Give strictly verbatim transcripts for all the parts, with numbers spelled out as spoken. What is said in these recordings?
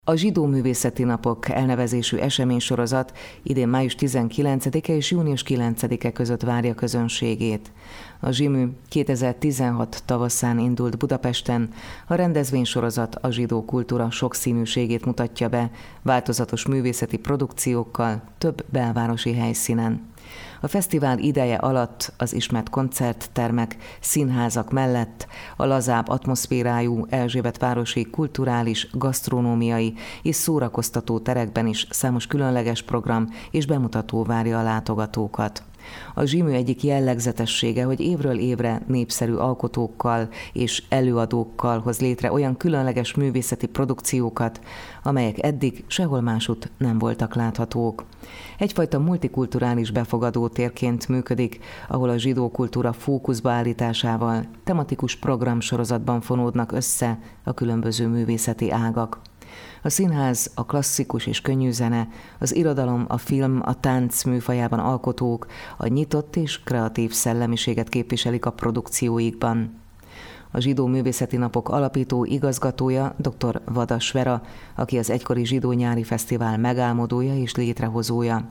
A Zsidó Művészeti Napok elnevezésű eseménysorozat idén május tizenkilencedike és június kilencedike között várja közönségét. A Zsimű kétezer-tizenhat tavaszán indult Budapesten, a rendezvénysorozat a zsidó kultúra sokszínűségét mutatja be, változatos művészeti produkciókkal, több belvárosi helyszínen. A fesztivál ideje alatt az ismert koncerttermek, színházak mellett a lazább atmoszférájú erzsébetvárosi kulturális, gasztronómiai és szórakoztató terekben is számos különleges program és bemutató várja a látogatókat. A Zsimű egyik jellegzetessége, hogy évről évre népszerű alkotókkal és előadókkal hoz létre olyan különleges művészeti produkciókat, amelyek eddig sehol másutt nem voltak láthatók. Egyfajta multikulturális befogadó térként működik, ahol a zsidó kultúra fókuszba állításával tematikus programsorozatban fonódnak össze a különböző művészeti ágak. A színház, a klasszikus és könnyű zene, az irodalom, a film, a tánc műfajában alkotók a nyitott és kreatív szellemiséget képviselik a produkcióikban. A Zsidó Művészeti Napok alapító igazgatója dr. Vadas Vera, aki az egykori Zsidó Nyári Fesztivál megálmodója és létrehozója.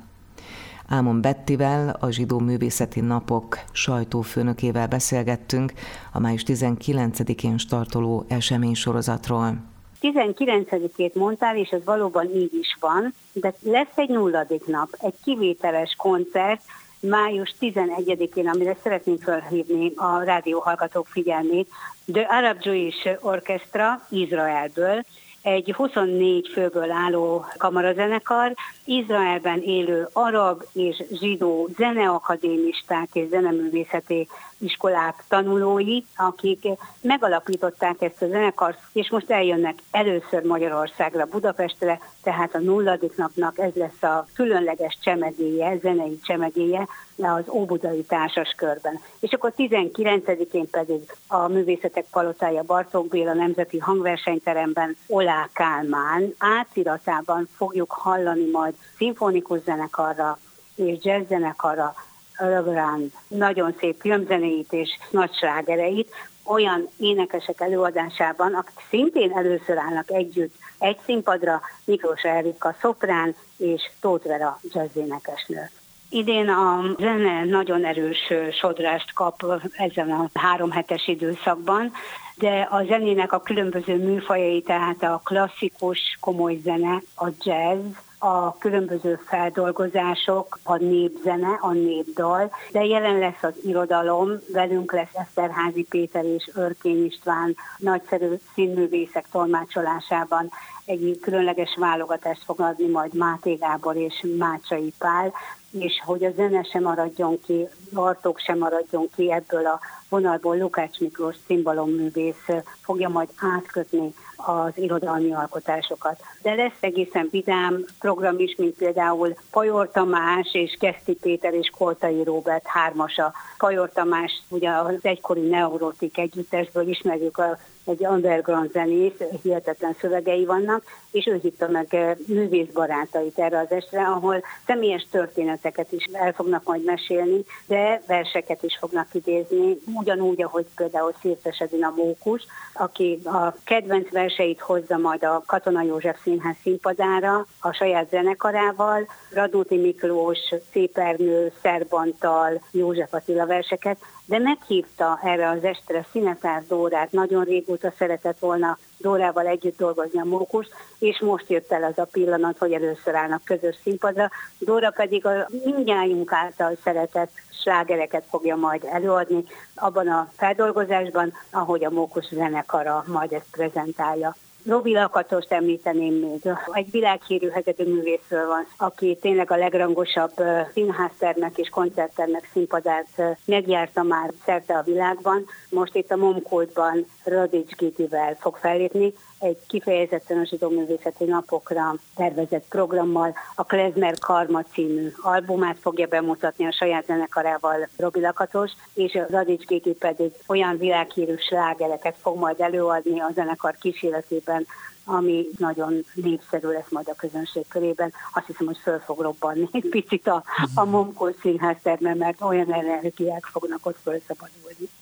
Ámon Bettivel, a Zsidó Művészeti Napok sajtófőnökével beszélgettünk a május tizenkilencedikén startoló eseménysorozatról. tizenkilencedikét mondtál, és ez valóban így is van, de lesz egy nulladik nap, egy kivételes koncert május tizenegyedikén, amire szeretném felhívni a rádióhallgatók figyelmét. The Arab Jewish Orchestra Izraelből, egy huszonnégy főből álló kamarazenekar, Izraelben élő arab és zsidó zeneakadémisták és zeneművészeti iskolák tanulói, akik megalapították ezt a zenekart, és most eljönnek először Magyarországra, Budapestre, tehát a nulladik napnak ez lesz a különleges csemegéje, zenei csemegéje az óbudai társaskörben. És akkor tizenkilencedikén pedig a Művészetek Palotája Bartók Béla Nemzeti Hangversenyteremben Olá Kálmán átiratában fogjuk hallani majd szimfonikus zenekarra és jazz zenekarra Rövrand nagyon szép filmzenéit és nagy slágereit, olyan énekesek előadásában, akik szintén először állnak együtt egy színpadra, Miklós Erika szoprán és Tóth Vera jazzénekesnő. Idén a zene nagyon erős sodrást kap ezen a három hetes időszakban, de a zenének a különböző műfajai, tehát a klasszikus komoly zene, a jazz, a különböző feldolgozások, a népzene, a népdal, de jelen lesz az irodalom, velünk lesz Eszterházy Péter és Örkény István nagyszerű színművészek tolmácsolásában. Egy különleges válogatást fog adni majd Máté Gábor és Mácsai Pál, és hogy a zene sem maradjon ki, Bartók sem maradjon ki ebből a vonalból, Lukács Miklós cimbalomművész fogja majd átkötni az irodalmi alkotásokat. De lesz egészen vidám program is, mint például Pajor Tamás és Keszti Péter és Koltai Róbert hármasa. Pajor Tamás ugye az egykori Neurotik együttesből ismerjük, a, egy underground zenész, hihetetlen szövegei vannak, és ő hívta meg művészbarátait erre az estre, ahol személyes történeteket is el fognak majd mesélni, de verseket is fognak idézni, ugyanúgy, ahogy például Szirtes Edina Mókus, aki a kedvenc verseit hozza majd a Katona József Színház színpadára a saját zenekarával, Radnóti Miklós, Szépernő, Szerbantal, József Attila verseket, de meghívta erre az estre Szinetár Dórát, nagyon régóta szeretett volna Dórával együtt dolgozni a Mókus, és most jött el az a pillanat, hogy először állnak közös színpadra. Dóra pedig a mindnyájunk által szeretett slágereket fogja majd előadni abban a feldolgozásban, ahogy a Mókus zenekara majd ezt prezentálja. Robi Lakatost említeném még. Egy világhírű hegedűművészről van, aki tényleg a legrangosabb színháztermek és koncerttermek színpadát megjárta már szerte a világban. Most itt a Momkultban Radics Gigivel fog fellépni, egy kifejezetten a Zsidó Művészeti Napokra tervezett programmal. A Klezmer Karma című albumát fogja bemutatni a saját zenekarával Robi Lakatos, és a Radics Gigi pedig olyan világhírű slágereket fog majd előadni a zenekar kísérletében, ami nagyon népszerű lesz majd a közönség körében. Azt hiszem, hogy föl fog robbanni egy picit a, a Momkol színháztermen, mert olyan energiák fognak ott felszabadulni.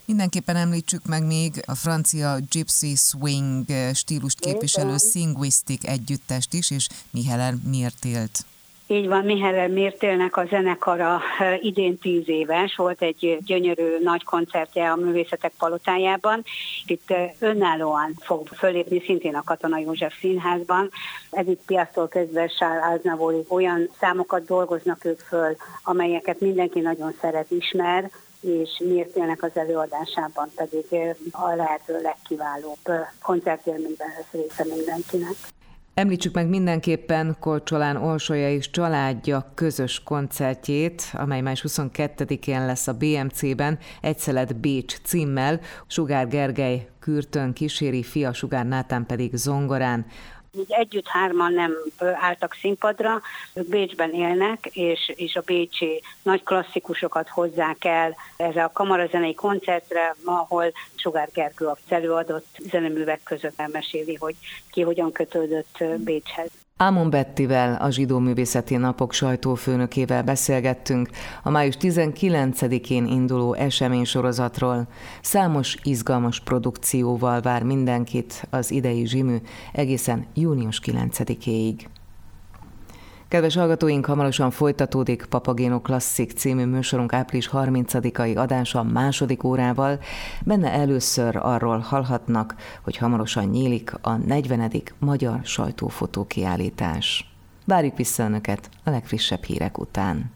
Mindenképpen említsük meg még a francia Gypsy Swing stílust képviselő Swinguistic együttest is, és Michael Myrtilt. Így van, Michael Myrtilnek a zenekara idén tíz éves, volt egy gyönyörű nagy koncertje a Művészetek Palotájában. Itt önállóan fog fölépni szintén a Katona József Színházban. Edith Piaftól kezdve Charles Aznavour, olyan számokat dolgoznak ők föl, amelyeket mindenki nagyon szeret, ismer, és Myrtilnek az előadásában pedig a lehető legkiválóbb koncertélményben lesz része mindenkinek. Említsük meg mindenképpen Korcsolán Orsolya és családja közös koncertjét, amely május huszonkettedikén lesz a bé em cében, Egyszelet Bécs címmel. Sugár Gergely kürtön kíséri, fia Sugár Nátán pedig zongorán. Így együtt hárman nem álltak színpadra, ők Bécsben élnek, és, és a bécsi nagy klasszikusokat hozzák el erre a kamarazenei koncertre, ahol Sugár Gergő az előadott zeneművek között elmeséli, hogy ki hogyan kötődött Bécshez. Ámon Bettivel, a Zsidó Művészeti Napok sajtófőnökével beszélgettünk a május tizenkilencedikén induló eseménysorozatról. Számos izgalmas produkcióval vár mindenkit az idei zsimű egészen június kilencedikéig. Kedves hallgatóink, hamarosan folytatódik Papagéno Klasszik című műsorunk április harmincadikai adása második órával. Benne először arról hallhatnak, hogy hamarosan nyílik a negyvenedik magyar sajtófotókiállítás. Várjuk vissza Önöket a legfrissebb hírek után.